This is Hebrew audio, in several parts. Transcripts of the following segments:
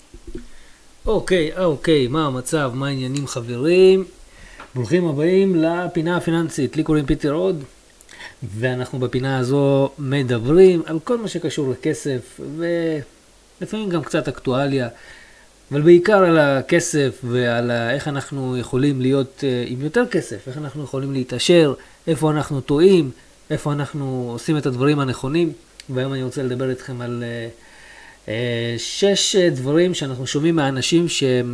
אוקיי, מה המצב, מה העניינים חברים? ברוכים הבאים לפינה הפיננסית, לי קוראים פיטר עוד, ואנחנו בפינה הזו מדברים על כל מה שקשור לכסף, ולפעמים גם קצת אקטואליה, אבל בעיקר על הכסף ועל איך אנחנו יכולים להיות עם יותר כסף, איך אנחנו יכולים להתעשר, איפה אנחנו טועים, איפה אנחנו עושים את הדברים הנכונים, והיום אני רוצה לדבר איתכם על 6 דברים שאנחנו שומעים מהאנשים שהם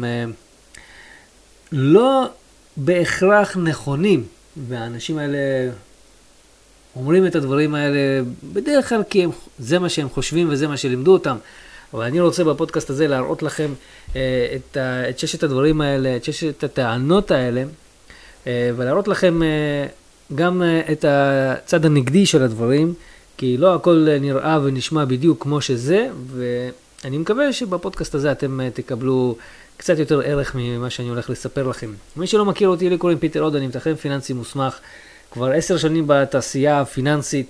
לא בהכרח נכונים, והאנשים האלה אומרים את הדברים האלה בדרך כלל כי זה מה שהם חושבים וזה מה שלימדו אותם. אבל אני רוצה בפודקאסט הזה להראות לכם את 6 הדברים האלה, את 6 הטענות האלה, ולהראות לכם גם את הצד הנגדי של הדברים, כי לא הכל נראה ונשמע בדיוק כמו שזה, ואני מקווה שבפודקאסט הזה אתם תקבלו קצת יותר ערך ממה שאני הולך לספר לכם. מי שלא מכיר אותי, לי קוראים פיטר עוד, אני מתכנן פיננסי מוסמך, כבר 10 שנים בתעשייה הפיננסית,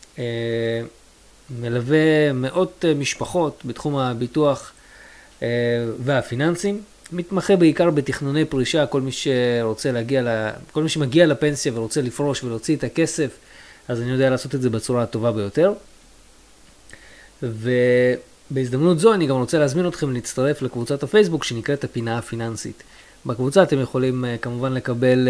מלווה מאות משפחות בתחום הביטוח והפיננסים, מתמחה בעיקר בתכנוני פרישה, כל מי שמגיע לפנסיה ורוצה לפרוש ולהוציא את הכסף, אז אני יודע לעשות את זה בצורה הטובה ביותר. ובהזדמנות זו אני גם רוצה להזמין אתכם להצטרף לקבוצת הפייסבוק שנקראת הפינה הפיננסית. בקבוצה אתם יכולים כמובן לקבל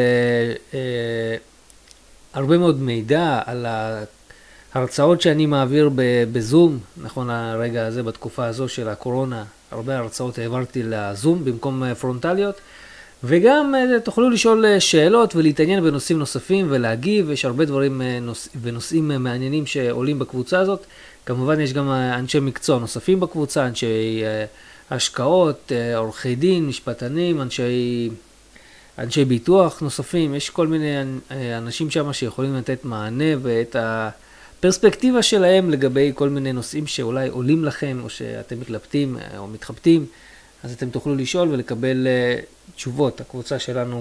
הרבה מאוד מידע על ההרצאות שאני מעביר בזום. נכון, הרגע הזה בתקופה הזו של הקורונה, הרבה הרצאות העברתי לזום במקום פרונטליות. וגם תוכלו לשאול שאלות ולהתעניין בנושאים נוספים ולהגיב, יש הרבה דברים ונושאים מעניינים שעולים בקבוצה הזאת. כמובן יש גם אנשי מקצוע נוספים בקבוצה, אנשי השקעות, עורכי דין, משפטנים, אנשי ביטוח נוספים. יש כל מיני אנשים שם שיכולים לתת מענה ואת הפרספקטיבה שלהם לגבי כל מיני נושאים שאולי עולים לכם או שאתם מתלבטים או מתחבטים. אז אתם תוכלו לשאול ולקבל תשובות. הקבוצה שלנו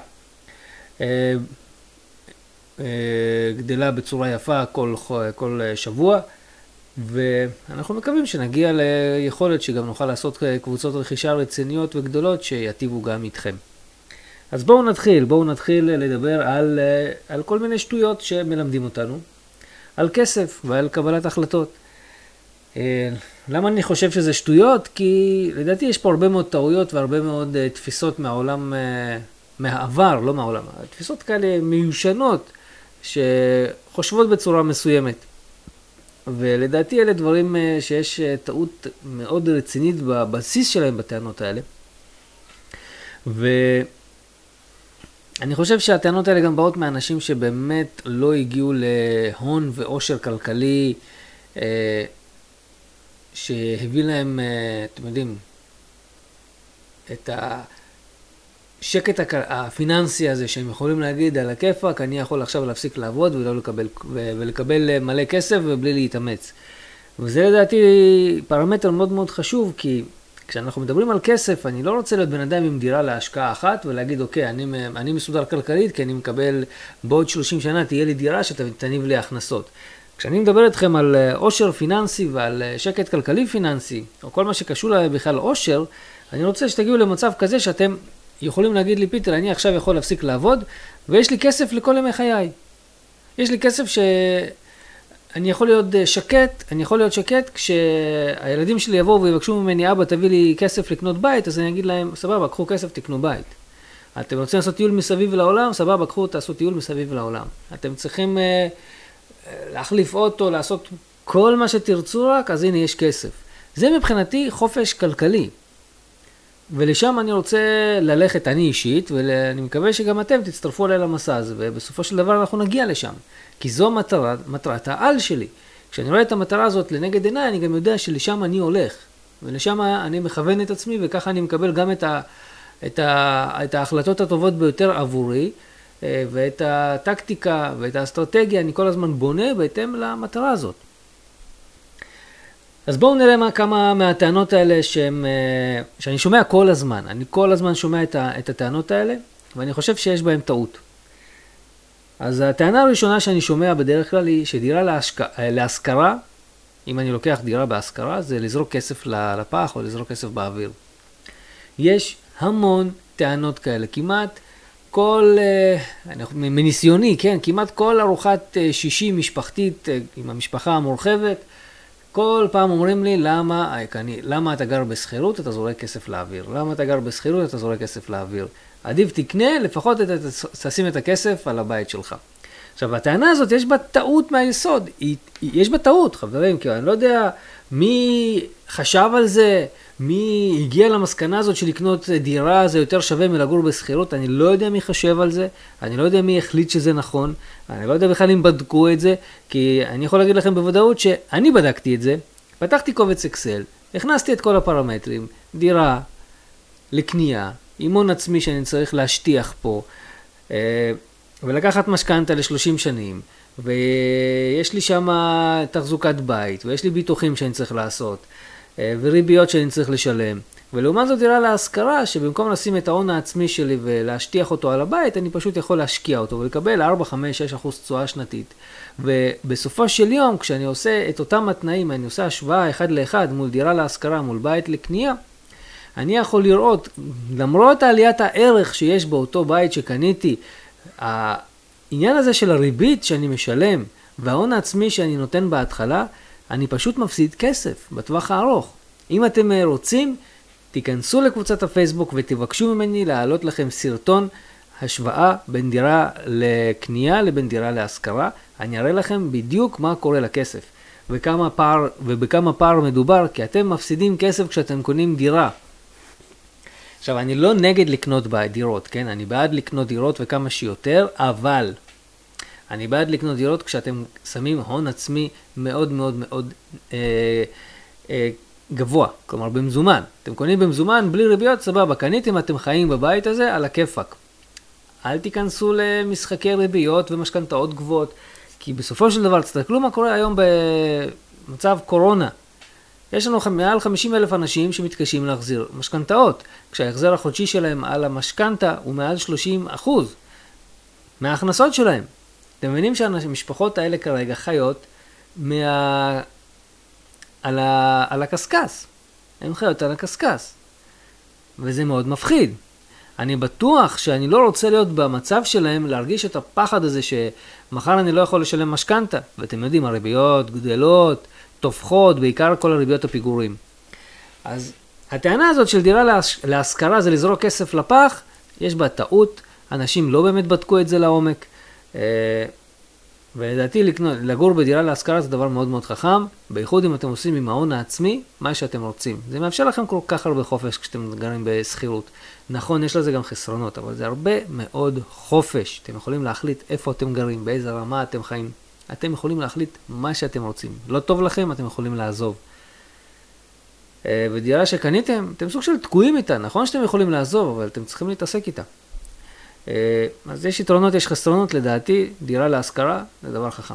גדלה בצורה יפה כל שבוע, ואנחנו מקווים שנגיע ליכולת שגם נוכל לעשות קבוצות רכישה רציניות וגדולות שיטיבו גם איתכם. אז בואו נתחיל לדבר על כל מיני שטויות שמלמדים אותנו, על כסף ועל קבלת החלטות. למה אני חושב שזה שטויות? כי לדעתי יש פה הרבה מאוד טעויות והרבה מאוד תפיסות מהעולם, מהעבר, לא מהעולם, תפיסות כאלה מיושנות שחושבות בצורה מסוימת. ולדעתי אלה דברים שיש טעות מאוד רצינית בבסיס שלהם בטענות האלה. ואני חושב שהטענות האלה גם באות מאנשים שבאמת לא הגיעו להון ואושר כלכלי, שהביא להם, אתם יודעים, את השקט הפיננסי הזה שהם יכולים להגיד על הכיפק, אני יכול עכשיו להפסיק לעבוד ולקבל מלא כסף ובלי להתאמץ. וזה לדעתי פרמטר מאוד מאוד חשוב, כי כשאנחנו מדברים על כסף, אני לא רוצה להיות בן אדם עם דירה להשקעה אחת ולהגיד, אוקיי, אני מסודר כלכלית, כי אני מקבל בעוד 30 שנה תהיה לי דירה שתניב לי הכנסות. כשאני מדבר איתכם על עושר פיננסי ועל שקט כלכלי פיננסי, או כל מה שקשור בכלל עושר, אני רוצה שתגיעו למצב כזה שאתם יכולים להגיד לי, פיטר, אני עכשיו יכול להפסיק לעבוד, ויש לי כסף לכל ימי חיי. יש לי כסף שאני יכול להיות שקט, כשהילדים שלי יבואו ויבקשו ממני, אבא תביא לי כסף לקנות בית, אז אני אגיד להם, סבבה, קחו כסף, תקנו בית. אתם רוצים לעשות טיול מסביב לעולם, סבבה, קחו, תעשו טיול מסביב לעולם. אתם צריכים להחליף אוטו, לעשות כל מה שתרצו רק, אז הנה יש כסף. זה מבחינתי חופש כלכלי. ולשם אני רוצה ללכת אני אישית, ואני מקווה שגם אתם תצטרפו עליי למסע הזה, ובסופו של דבר אנחנו נגיע לשם. כי זו מטרת העל שלי. כשאני רואה את המטרה הזאת לנגד עיניי, אני גם יודע שלשם אני הולך. ולשם אני מכוון את עצמי, וככה אני מקבל גם את ההחלטות הטובות ביותר עבורי, ואת הטקטיקה ואת האסטרטגיה אני כל הזמן בונה בהתאם למטרה הזאת. אז בואו נראה כמה מהטענות האלה שאני שומע כל הזמן. אני כל הזמן שומע את הטענות האלה, ואני חושב שיש בהן טעות. אז הטענה הראשונה שאני שומע בדרך כלל היא שדירה להשכרה אם אני לוקח דירה בהשכרה, זה לזרוק כסף לפח או לזרוק כסף באוויר. יש המון טענות כאלה, כמעט כל, מניסיוני, כן, כמעט כל ארוחת שישי משפחתית עם המשפחה המורחבת, כל פעם אומרים לי, למה אתה גר בסחירות, אתה זורק כסף לאוויר. למה אתה גר בסחירות, אתה זורק כסף לאוויר. עדיף תקנה, לפחות תשים את הכסף על הבית שלך. עכשיו, הטענה הזאת, יש בה טעות מהיסוד. יש בה טעות, חברים, כי אני לא יודע מי חשב על זה, מי הגיע למסקנה הזאת שלקנות דירה זה יותר שווה מלגור בסחירות. אני לא יודע מי חשב על זה, אני לא יודע מי החליט שזה נכון, אני לא יודע בכלל אם בדקו את זה, כי אני יכול להגיד לכם בוודאות שאני בדקתי את זה, פתחתי קובץ אקסל, הכנסתי את כל הפרמטרים, דירה, לקנייה, אימון עצמי שאני צריך להשטיח פה, ולקחת משכנתה ל-30 שנים, ויש לי שם תחזוקת בית, ויש לי ביטוחים שאני צריך לעשות, וריביות שאני צריך לשלם. ולעומת זאת דירה להשכרה, שבמקום לשים את ההון העצמי שלי ולהשטיח אותו על הבית, אני פשוט יכול להשקיע אותו ולקבל 4, 5, 6% תשואה שנתית. ובסופו של יום, כשאני עושה את אותם התנאים, אני עושה השוואה אחד לאחד מול דירה להשכרה, מול בית לקנייה, אני יכול לראות, למרות עליית הערך שיש באותו בית שקניתי, העניין הזה של הריבית שאני משלם וההון העצמי שאני נותן בהתחלה, אני פשוט מפסיד כסף בטווח הארוך. אם אתם רוצים, תיכנסו לקבוצת הפייסבוק ותבקשו ממני להעלות לכם סרטון השוואה בין דירה לקנייה לבין דירה להשכרה. אני אראה לכם בדיוק מה קורה לכסף ובכמה פער מדובר, כי אתם מפסידים כסף כשאתם קונים דירה. עכשיו, אני לא נגד לקנות דירות, כן? אני בעד לקנות דירות וכמה שיותר, אבל אני בעד לקנות דירות כשאתם שמים הון עצמי מאוד מאוד מאוד גבוה, כלומר במזומן. אתם קונים במזומן בלי ריביות, סבבה, קניתם, אתם חיים בבית הזה על הכיפק. אל תיכנסו למשחקי ריביות ומשכנתאות גבוהות, כי בסופו של דבר, תסתכלו מה קורה היום במצב קורונה. יש לנו מעל 50,000 אנשים שמתקשים להחזיר משכנתאות, כשההחזר החודשי שלהם על המשכנתה הוא מעל 30% מההכנסות שלהם. אתם מבינים שהמשפחות האלה כרגע חיות על הקסקס. הן חיות על הקסקס. וזה מאוד מפחיד. אני בטוח שאני לא רוצה להיות במצב שלהם, להרגיש את הפחד הזה שמחר אני לא יכול לשלם משכנתה. ואתם יודעים, הריביות גדלות, תופחות, בעיקר כל הריביות הפיגורים. אז הטענה הזאת של דירה להשכרה זה לזרוק כסף לפח, יש בה טעות, אנשים לא באמת בדקו את זה לעומק, ולדעתי לגור בדירה להשכרה זה דבר מאוד מאוד חכם, בייחוד אם אתם עושים עם ההון העצמי מה שאתם רוצים. זה מאפשר לכם כל כך הרבה חופש כשאתם גרים בסחירות. נכון, יש לזה גם חסרונות, אבל זה הרבה מאוד חופש. אתם יכולים להחליט איפה אתם גרים, באיזה רמה אתם חיים. אתם יכולים להחליט מה שאתם רוצים. לא טוב לכם, אתם יכולים לעזוב. ודירה שקניתם, אתם סוג של תקועים איתה. נכון שאתם יכולים לעזוב, אבל אתם צריכים להתעסק איתה. אז יש יתרונות, יש חסרונות, לדעתי, דירה להשכרה זה דבר חכם.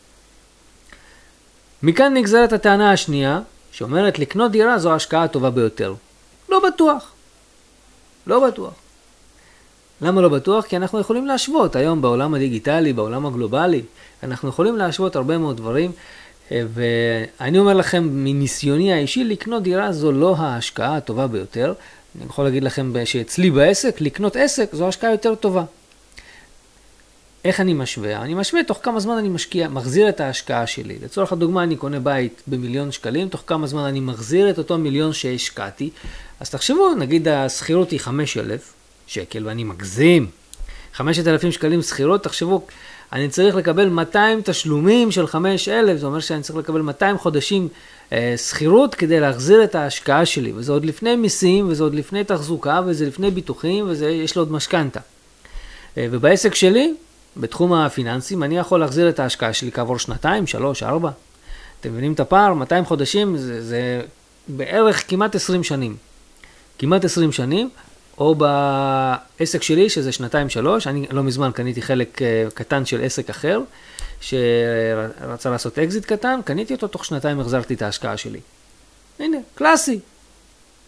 מכאן נגזרת הטענה השנייה, שאומרת לקנות דירה זו ההשקעה הטובה ביותר. לא בטוח. לא בטוח. למה לא בטוח? כי אנחנו יכולים להשוות היום בעולם הדיגיטלי, בעולם הגלובלי. אנחנו יכולים להשוות הרבה מאוד דברים, ואני אומר לכם מניסיוני האישי, לקנות דירה זו לא ההשקעה הטובה ביותר. אני יכול להגיד לכם שאצלי בעסק, לקנות עסק זו השקעה יותר טובה. איך אני משווה? אני משווה תוך כמה זמן אני מחזיר את ההשקעה שלי. לצורך הדוגמה, אני קונה בית ב1,000,000 שקלים, תוך כמה זמן אני מחזיר את אותו 1,000,000 שהשקעתי. אז תחשבו, נגיד השכירות היא 5,000 שקל ואני מגזים. 5,000 שקלים שכירות, תחשבו, אני צריך לקבל 200 תשלומים של 5,000, זה אומר שאני צריך לקבל 200 חודשים שכירות כדי להחזיר את ההשקעה שלי, וזה עוד לפני מיסים, וזה עוד לפני תחזוקה, וזה לפני ביטוחים, יש לו עוד משכנתה. ובעסק שלי, בתחום הפיננסים, אני יכול להחזיר את ההשקעה שלי כעבור 2, 3, 4. אתם מבינים את הפער? 200 חודשים זה בערך כמעט 20 שנים. כמעט 20 שנים, או בעסק שלי, שזה 2, 3, אני לא מזמן קניתי חלק קטן של עסק אחר, שרצה לעשות אקזיט קטן, קניתי אותו, תוך 2 החזרתי את ההשקעה שלי. הנה, קלאסי.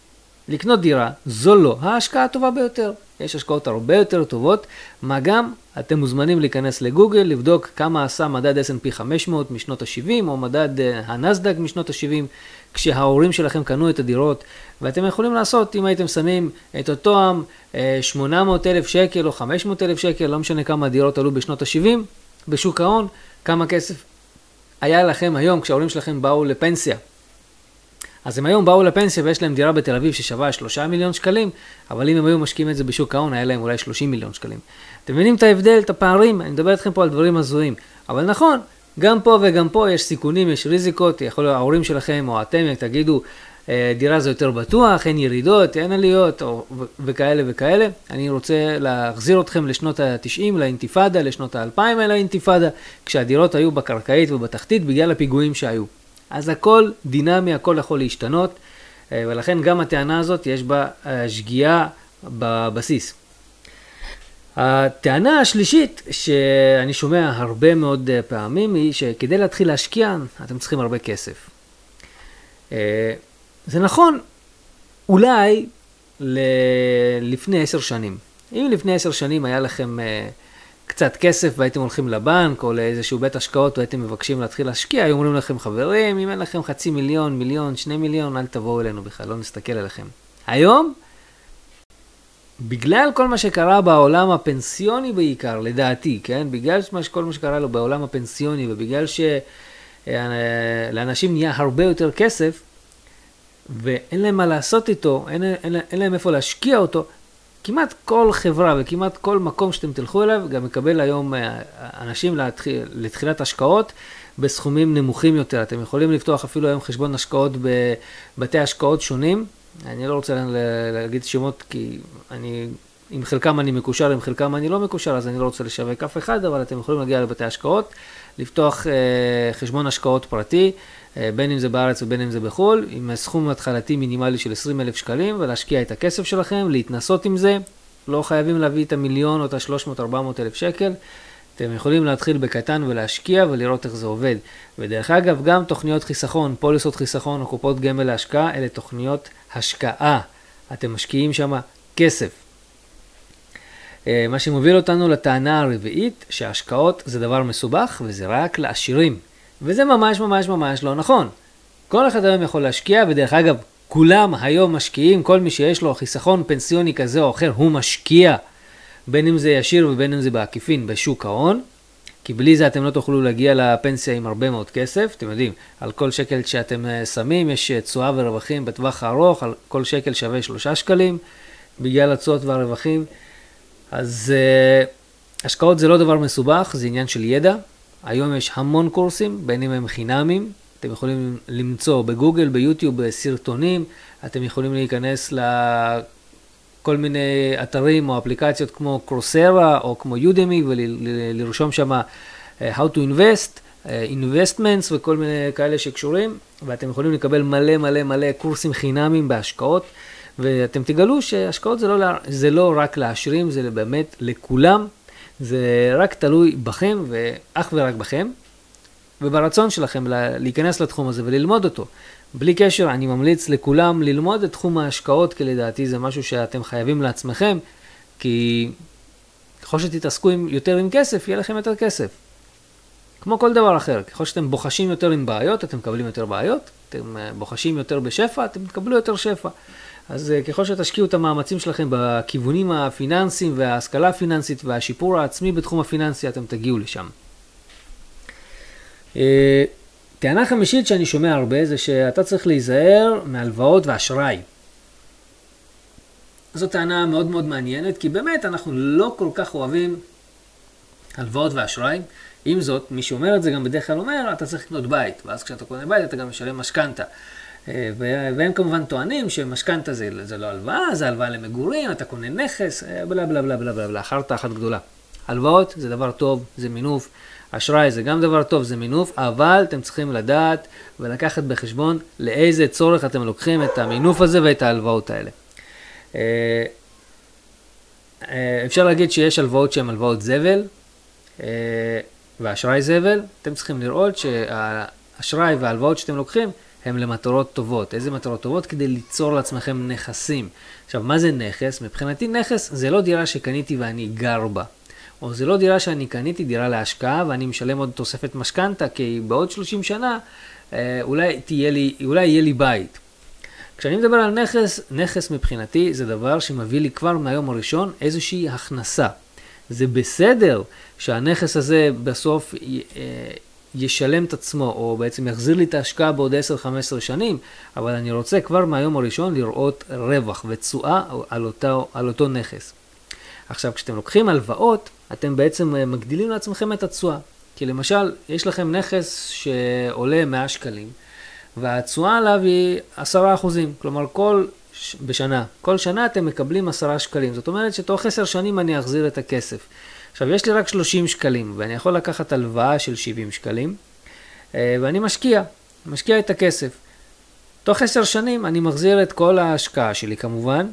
לקנות דירה זו לא ההשקעה הטובה ביותר. יש השקעות הרבה יותר טובות, מה גם אתם מוזמנים להיכנס לגוגל, לבדוק כמה עשה מדד S&P 500 משנות ה-70 או מדד הנסדק משנות ה-70, כשההורים שלכם קנו את הדירות, ואתם יכולים לעשות, אם הייתם שמים את אותם 800,000 שקל או 500,000 שקל, לא משנה כמה דירות עלו בשנות ה-70, בשוק ההון, כמה כסף היה לכם היום כשההורים שלכם באו לפנסיה. אז הם היום באו לפנסיה ויש להם דירה בתל אביב ששווה 3 מיליון שקלים, אבל אם הם היו משקיעים את זה בשוק ההון, היה להם אולי 30 מיליון שקלים. אתם מבינים את ההבדל, את הפערים? אני מדבר איתכם פה על דברים הזויים. אבל נכון, גם פה וגם פה יש סיכונים, יש ריזיקות, יכול להיות ההורים שלכם או אתם תגידו, דירה זה יותר בטוח, אין ירידות, אין עליות, וכאלה וכאלה. אני רוצה להחזיר אתכם לשנות ה-90, לאינתיפאדה, לשנות ה-2000 לאינתיפאדה, כשהדירות היו בקרקעית ובתחתית בגלל הפיגועים שהיו. אז הכל דינמי, הכל יכול להשתנות, ולכן גם הטענה הזאת יש בה שגיאה בבסיס. הטענה השלישית שאני שומע הרבה מאוד פעמים היא שכדי להתחיל להשקיע אתם צריכים הרבה כסף. זה נכון, אולי לפני 10 שנים. אם לפני 10 שנים היה לכם קצת כסף והייתם הולכים לבנק או לאיזשהו בית השקעות והייתם מבקשים להתחיל להשקיע, היו אומרים לכם חברים, אם אין לכם 500,000, מיליון, 2 מיליון, אל תבואו אלינו בכלל, לא נסתכל עליכם. היום, בגלל כל מה שקרה בעולם הפנסיוני בעיקר, לדעתי, כן? בגלל כל מה שקרה לו בעולם הפנסיוני ובגלל שלאנשים נהיה הרבה יותר כסף ואין להם מה לעשות איתו, אין להם איפה להשקיע אותו, כמעט כל חברה וכמעט כל מקום שאתם תלכו אליו, גם מקבל היום אנשים לתחילת השקעות בסכומים נמוכים יותר. אתם יכולים לפתוח אפילו היום חשבון השקעות בבתי השקעות שונים. אני לא רוצה להגיד שמות כי עם חלקם אני מקושר, עם חלקם אני לא מקושר, אז אני לא רוצה לשווק אף אחד, אבל אתם יכולים להגיע לבתי השקעות, לפתוח חשבון השקעות פרטי, בין אם זה בארץ ובין אם זה בחול, עם סכום התחלתי מינימלי של 20,000 שקלים, ולהשקיע את הכסף שלכם, להתנסות עם זה, לא חייבים להביא את המיליון או את ה-300,000-400,000 שקל, אתם יכולים להתחיל בקטן ולהשקיע ולראות איך זה עובד. ודרך אגב, גם תוכניות חיסכון, פוליסות חיסכון או קופות גמל להשקעה, אלה תוכניות השקעה. אתם משקיעים שם כסף. מה שמוביל אותנו לטענה הרביעית, שההשקעות זה דבר מסובך וזה רק לעשירים. וזה ממש ממש ממש לא נכון. כל אחד היום יכול להשקיע, ודרך אגב, כולם היום משקיעים, כל מי שיש לו חיסכון פנסיוני כזה או אחר, הוא משקיע. בין אם זה ישיר ובין אם זה בעקיפין בשוק ההון, כי בלי זה אתם לא תוכלו להגיע לפנסיה עם הרבה מאוד כסף. אתם יודעים, על כל שקל שאתם שמים יש תשואה ורווחים בטווח הארוך, על כל שקל שווה 3 שקלים, בגלל התשואות והרווחים. אז השקעות זה לא דבר מסובך, זה עניין של ידע. היום יש המון קורסים, בין אם הם חינמים, אתם יכולים למצוא בגוגל, ביוטיוב, בסרטונים, אתם יכולים להיכנס לכל מיני אתרים או אפליקציות כמו קורסרה או כמו יודמי ולרשום שם how to invest, investments וכל מיני כאלה שקשורים, ואתם יכולים לקבל מלא מלא מלא קורסים חינמים בהשקעות, ואתם תגלו שהשקעות זה לא רק לעשירים, זה באמת לכולם, זה רק תלוי בכם ואך ורק בכם, וברצון שלכם להיכנס לתחום הזה וללמוד אותו. בלי קשר, אני ממליץ לכולם ללמוד את תחום ההשקעות, כי לדעתי זה משהו שאתם חייבים לעצמכם, כי ככל שתתעסקו יותר עם כסף, יהיה לכם יותר כסף. כמו כל דבר אחר, ככל שאתם בוחשים יותר עם בעיות, אתם מקבלים יותר בעיות, אתם בוחשים יותר בשפע, אתם תקבלו יותר שפע. אז ככל שתשקיעו את המאמצים שלכם בכיוונים הפיננסיים וההשכלה הפיננסית והשיפור העצמי בתחום הפיננסי, אתם תגיעו לשם. טענה חמישית שאני שומע הרבה זה שאתה צריך להיזהר מהלוואות ואשראי. זו טענה מאוד מאוד מעניינת, כי באמת אנחנו לא כל כך אוהבים הלוואות ואשראי. עם זאת, מי שאומר את זה גם בדרך כלל אומר, אתה צריך לקנות בית, ואז כשאתה קונה בית אתה גם משלם משכנתה. והם כמובן טוענים שמשכנתה זה לא הלוואה, זה הלוואה למגורים, אתה קונה נכס, בלה בלה בלה בלה בלה, חרטה אחת גדולה. הלוואות זה דבר טוב, זה מינוף, אשראי זה גם דבר טוב, זה מינוף, אבל אתם צריכים לדעת ולקחת בחשבון לאיזה צורך אתם לוקחים את המינוף הזה ואת ההלוואות האלה. אפשר להגיד שיש הלוואות שהן הלוואות זבל, ואשראי זבל. אתם צריכים לראות שהאשראי וההלוואות שאתם לוקחים הם למטרות טובות. איזה מטרות טובות? כדי ליצור לעצמכם נכסים. עכשיו, מה זה נכס? מבחינתי נכס זה לא דירה שקניתי ואני גר בה. או זה לא דירה שאני קניתי, דירה להשקעה, ואני משלם עוד תוספת משכנתה, כי בעוד 30 שנה אולי יהיה לי בית. כשאני מדבר על נכס, נכס מבחינתי זה דבר שמביא לי כבר מהיום הראשון איזושהי הכנסה. זה בסדר שהנכס הזה בסוף ישלם את עצמו, או בעצם יחזיר לי את ההשקעה בעוד 10-15 שנים, אבל אני רוצה כבר מהיום הראשון לראות רווח ותשואה על אותו נכס. עכשיו, כשאתם לוקחים הלוואות, אתם בעצם מגדילים לעצמכם את התשואה. כי למשל, יש לכם נכס שעולה 100 שקלים, והתשואה עליו היא 10%. כלומר, כל שנה אתם מקבלים 10 שקלים. זאת אומרת שתוך 10 שנים אני אחזיר את הכסף. עכשיו, יש לי רק 30 שקלים, ואני יכול לקחת הלוואה של 70 שקלים, ואני משקיע את הכסף. תוך 10 שנים אני מחזיר את כל ההשקעה שלי כמובן,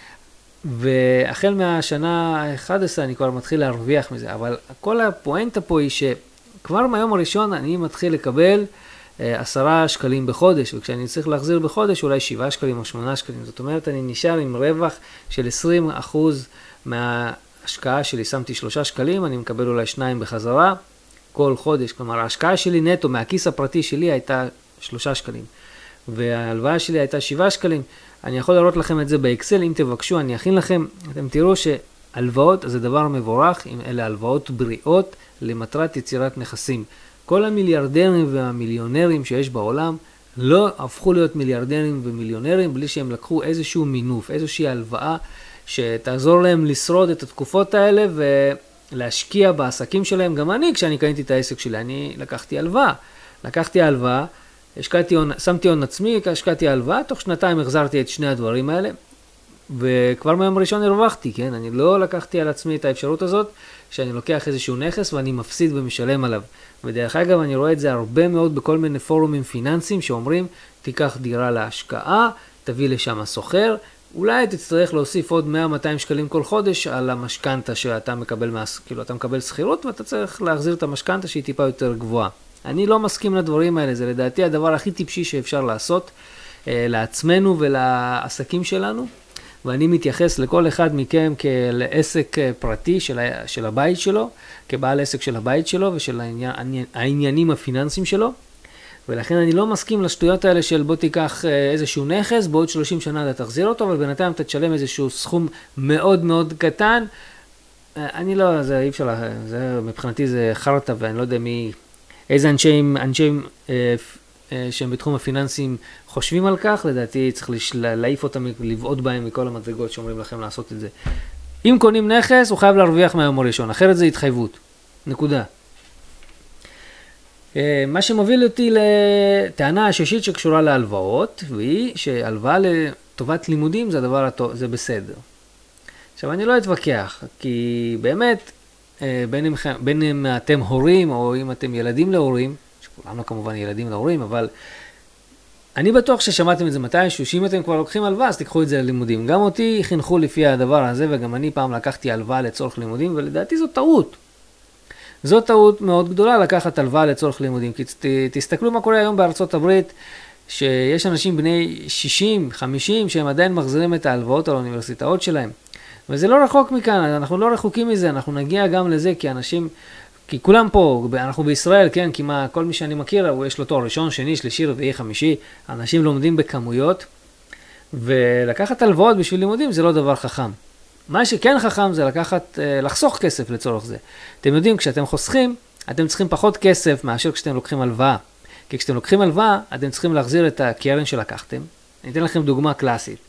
והחל מהשנה ה-11 אני כבר מתחיל להרוויח מזה, אבל כל הפואנטה פה היא שכבר מהיום הראשון אני מתחיל לקבל 10 שקלים בחודש, וכשאני צריך להחזיר בחודש אולי 7 שקלים או 8 שקלים. זאת אומרת, אני נשאר עם רווח של 20% מההשקעה שלי. שמתי 3 שקלים, אני מקבל אולי 2 בחזרה כל חודש. כלומר, ההשקעה שלי נטו מהכיס הפרטי שלי הייתה 3 שקלים, וההלוואה שלי הייתה 7 שקלים. אני יכול לראות לכם את זה באקסל, אם תבקשו אני אכין לכם. אתם תראו שהלוואות זה דבר מבורך, אלה הלוואות בריאות למטרת יצירת נכסים. כל המיליארדרים והמיליונרים שיש בעולם לא הפכו להיות מיליארדרים ומיליונרים בלי שהם לקחו איזשהו מינוף, איזושהי הלוואה שתעזור להם לשרוד את התקופות האלה ולהשקיע בעסקים שלהם. גם אני, כשאני קניתי את העסק שלי, אני לקחתי הלוואה, שמתי הון עצמי, השקעתי הלוואה, תוך 2 החזרתי את שני הדברים האלה, וכבר מהיום הראשון הרווחתי, כן? אני לא לקחתי על עצמי את האפשרות הזאת, שאני לוקח איזשהו נכס ואני מפסיד ומשלם עליו. ודרך אגב, אני רואה את זה הרבה מאוד בכל מיני פורומים פיננסיים שאומרים, תיקח דירה להשקעה, תביא לשם סוחר, אולי תצטרך להוסיף עוד 100-200 שקלים כל חודש על המשכנתה שאתה מקבל, כאילו אתה מקבל שכירות ואתה צריך להחזיר את המשכנתה שהיא טיפה יותר גבוהה. אני לא מסכים לדברים האלה, זה לדעתי הדבר הכי טיפשי שאפשר לעשות לעצמנו ולעסקים שלנו, ואני מתייחס לכל אחד מכם כעסק פרטי של הבית שלו, כבעל עסק של הבית שלו ושל העניינים הפיננסיים שלו, ולכן אני לא מסכים לשטויות האלה של בוא תיקח איזשהו נכס, בעוד 30 שנה אתה תחזיר אותו, אבל בינתיים אתה תשלם איזשהו סכום מאוד מאוד קטן. אני לא, זה אי אפשר, מבחינתי זה חרטה, ואני לא יודע איזה אנשי שהם בתחום הפיננסים חושבים על כך. לדעתי צריך להעיף אותם, לבעוט בהם מכל המדרגות שאומרים לכם לעשות את זה. אם קונים נכס, הוא חייב להרוויח מהיום הראשון, אחרת זה התחייבות. נקודה. מה שמוביל אותי לטענה השישית שקשורה להלוואות, והיא שהלוואה לטובת לימודים זה הדבר הטוב, זה בסדר. עכשיו אני לא אתווכח, כי באמת, בין אם אתם הורים או אם אתם ילדים להורים, שכולנו כמובן ילדים להורים, אבל אני בטוח ששמעתם את זה מתישהו, שאם אתם כבר לוקחים הלוואה, אז תיקחו את זה ללימודים. גם אותי חינכו לפי הדבר הזה, וגם אני פעם לקחתי הלוואה לצורך לימודים, ולדעתי זו טעות. זו טעות מאוד גדולה לקחת הלוואה לצורך לימודים, כי תסתכלו מה קורה היום בארצות הברית, שיש אנשים בני 60, 50, שהם עדיין מחזירים את ההלוואות על האוניברסיטאות שלהם. וזה לא רחוק מכאן, אנחנו לא רחוקים מזה, אנחנו נגיע גם לזה, כי כולם פה, אנחנו בישראל, כן, כי כל מי שאני מכיר, יש לו תואר ראשון, שני, שלישי, רביעי, חמישי, אנשים לומדים בכמויות, ולקחת הלוואות בשביל לימודים זה לא דבר חכם. מה שכן חכם זה לחסוך כסף לצורך זה. אתם יודעים, כשאתם חוסכים, אתם צריכים פחות כסף מאשר כשאתם לוקחים הלוואה. כי כשאתם לוקחים הלוואה, אתם צריכים להחזיר את הקרן שלקחתם. אני אתן לכם דוגמה קלאסית.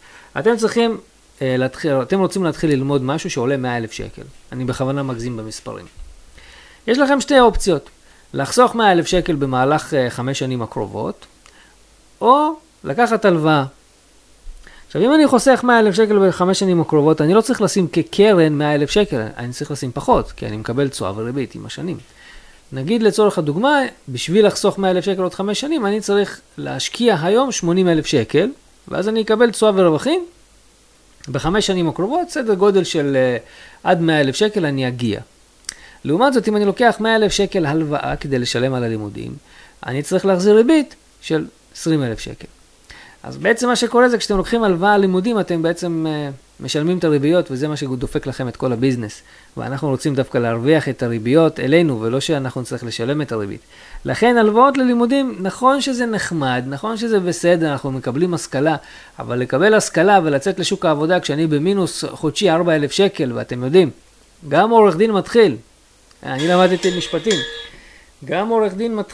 אתם רוצים להתחיל ללמוד משהו שעולה 100,000 שקל. אני בכוונה מגזים במספרים. יש לכם שתי אופציות. לחסוך 100,000 שקל במהלך 5 שנים הקרובות, או לקחת הלוואה. עכשיו, אם אני חוסך 100,000 שקל ב5 שנים הקרובות, אני לא צריך לשים כקרן 100,000 שקל, אני צריך לשים פחות, כי אני מקבל תשואה וריבית עם השנים. נגיד לצורך הדוגמה, בשביל לחסוך 100,000 שקל עוד 5 שנים, אני צריך להשקיע היום 80,000 שקל, ואז אני אקבל תשואה ורווחים. ב5 שנים הקרובות, סדר גודל של עד 100,000 שקל אני אגיע. לעומת זאת, אם אני לוקח 100,000 שקל הלוואה כדי לשלם על הלימודים, אני צריך להחזיר ריבית של 20,000 שקל. אז בעצם מה שקורה זה כשאתם לוקחים הלוואה לימודים, אתם בעצם משלמים את הריביות, וזה מה שדופק לכם את כל הביזנס. ואנחנו רוצים דווקא להרוויח את הריביות אלינו, ולא שאנחנו נצטרך לשלם את הריבית. לכן הלוואות ללימודים, נכון שזה נחמד, נכון שזה בסדר, אנחנו מקבלים השכלה, אבל לקבל השכלה ולצאת לשוק העבודה כשאני במינוס חודשי 4,000 שקל, ואתם יודעים, גם עורך דין מתחיל, אני למדתי משפטים, גם עורך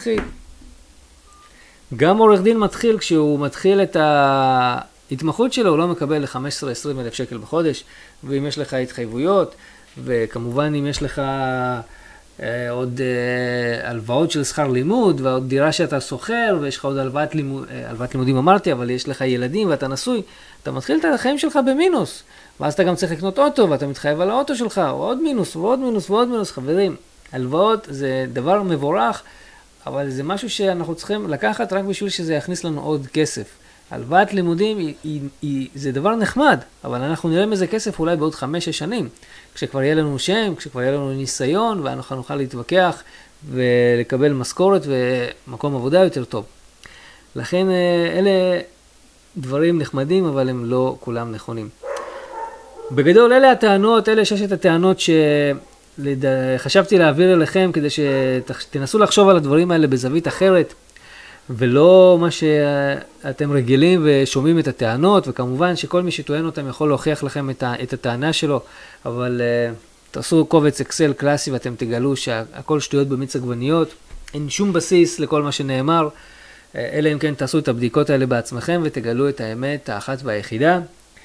דין מתחיל כשהוא מתחיל את ההתמחות שלו, הוא לא מקבל ל-15-20 אלף שקל בחודש, ואם יש לך התחייבויות, וכמובן אם יש לך עוד הלוואות של שכר לימוד, ועוד דירה שאתה סוחר, ויש לך עוד הלוואת לימודים אמרתי, אבל יש לך ילדים ואתה נשוי, אתה מתחיל את החיים שלך במינוס, ואז אתה גם צריך לקנות אוטו, ואתה מתחייב על האוטו שלך, עוד מינוס ועוד מינוס ועוד מינוס. חברים, הלוואות זה דבר מבורך, אבל זה משהו שאנחנו צריכים לקחת רק בשביל שזה יכניס לנו עוד כסף. הלוואת לימודים זה דבר נחמד, אבל אנחנו נראה מזה כסף אולי בעוד 5-6 שנים, כשכבר יהיה לנו שם, כשכבר יהיה לנו ניסיון, ואנחנו נוכל להתווכח ולקבל משכורת ומקום עבודה יותר טוב. לכן אלה דברים נחמדים, אבל הם לא כולם נכונים. בגדול אלה הטענות, אלה 6 הטענות חשבתי להעביר אליכם כדי שתנסו לחשוב על הדברים האלה בזווית אחרת, ולא מה שאתם רגילים ושומעים את הטענות, וכמובן שכל מי שטוען אותם יכול להוכיח לכם את הטענה שלו, אבל תעשו קובץ אקסל קלאסי ואתם תגלו שהכל שטויות במיץ עגבניות, אין שום בסיס לכל מה שנאמר, אלא אם כן תעשו את הבדיקות האלה בעצמכם ותגלו את האמת האחת והיחידה.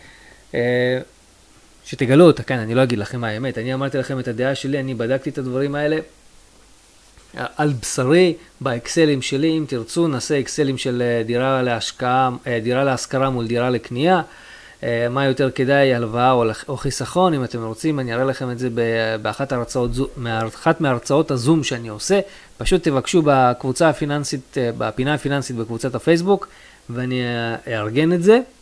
שתגלו אותה, כן, אני לא אגיד לכם מה האמת, אני אמרתי לכם את הדעה שלי, אני בדקתי את הדברים האלה על בשרי, באקסלים שלי, אם תרצו, נעשה אקסלים של דירה להשכרה מול דירה לקנייה, מה יותר כדאי, הלוואה או חיסכון, אם אתם רוצים, אני אראה לכם את זה באחת מהרצאות הזום שאני עושה, פשוט תבקשו בקבוצה הפיננסית, בפינה הפיננסית בקבוצת הפייסבוק, ואני אארגן את זה.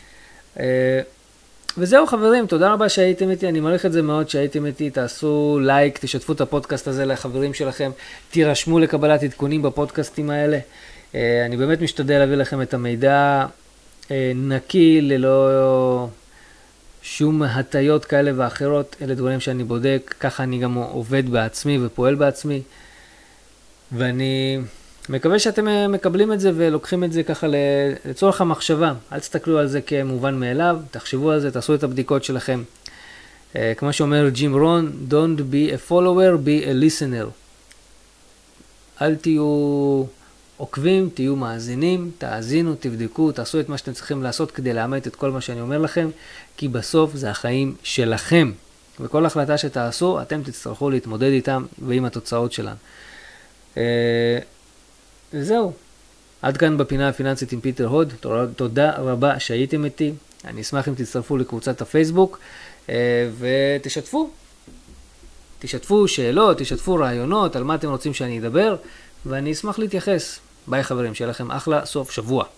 וזהו חברים, תודה רבה שהייתם איתי, אני מעריך את זה מאוד שהייתם איתי, תעשו לייק, תשתפו את הפודקאסט הזה לחברים שלכם, תירשמו לקבלת עדכונים בפודקאסטים האלה. אני באמת משתדל להביא לכם את המידע נקי, ללא שום הטיות כאלה ואחרות, אלה דברים שאני בודק, ככה אני גם עובד בעצמי ופועל בעצמי, ואני מקווה שאתם מקבלים את זה ולוקחים את זה ככה לצורך המחשבה. אל תסתכלו על זה כמובן מאליו, תחשבו על זה, תעשו את הבדיקות שלכם. כמו שאומר ג'ים רון, don't be a follower, be a listener. אל תהיו עוקבים, תהיו מאזינים, תאזינו, תבדקו, תעשו את מה שאתם צריכים לעשות כדי לאמת את כל מה שאני אומר לכם, כי בסוף זה החיים שלכם. וכל החלטה שתעשו, אתם תצטרכו להתמודד איתם ועם התוצאות שלהם. וזהו, עד כאן בפינה הפיננסית עם פיטר הוד, תודה רבה שהייתם איתי, אני אשמח אם תצטרפו לקבוצת הפייסבוק תשתפו שאלות, תשתפו רעיונות על מה אתם רוצים שאני אדבר, ואני אשמח להתייחס. ביי חברים, שיהיה לכם אחלה סוף שבוע.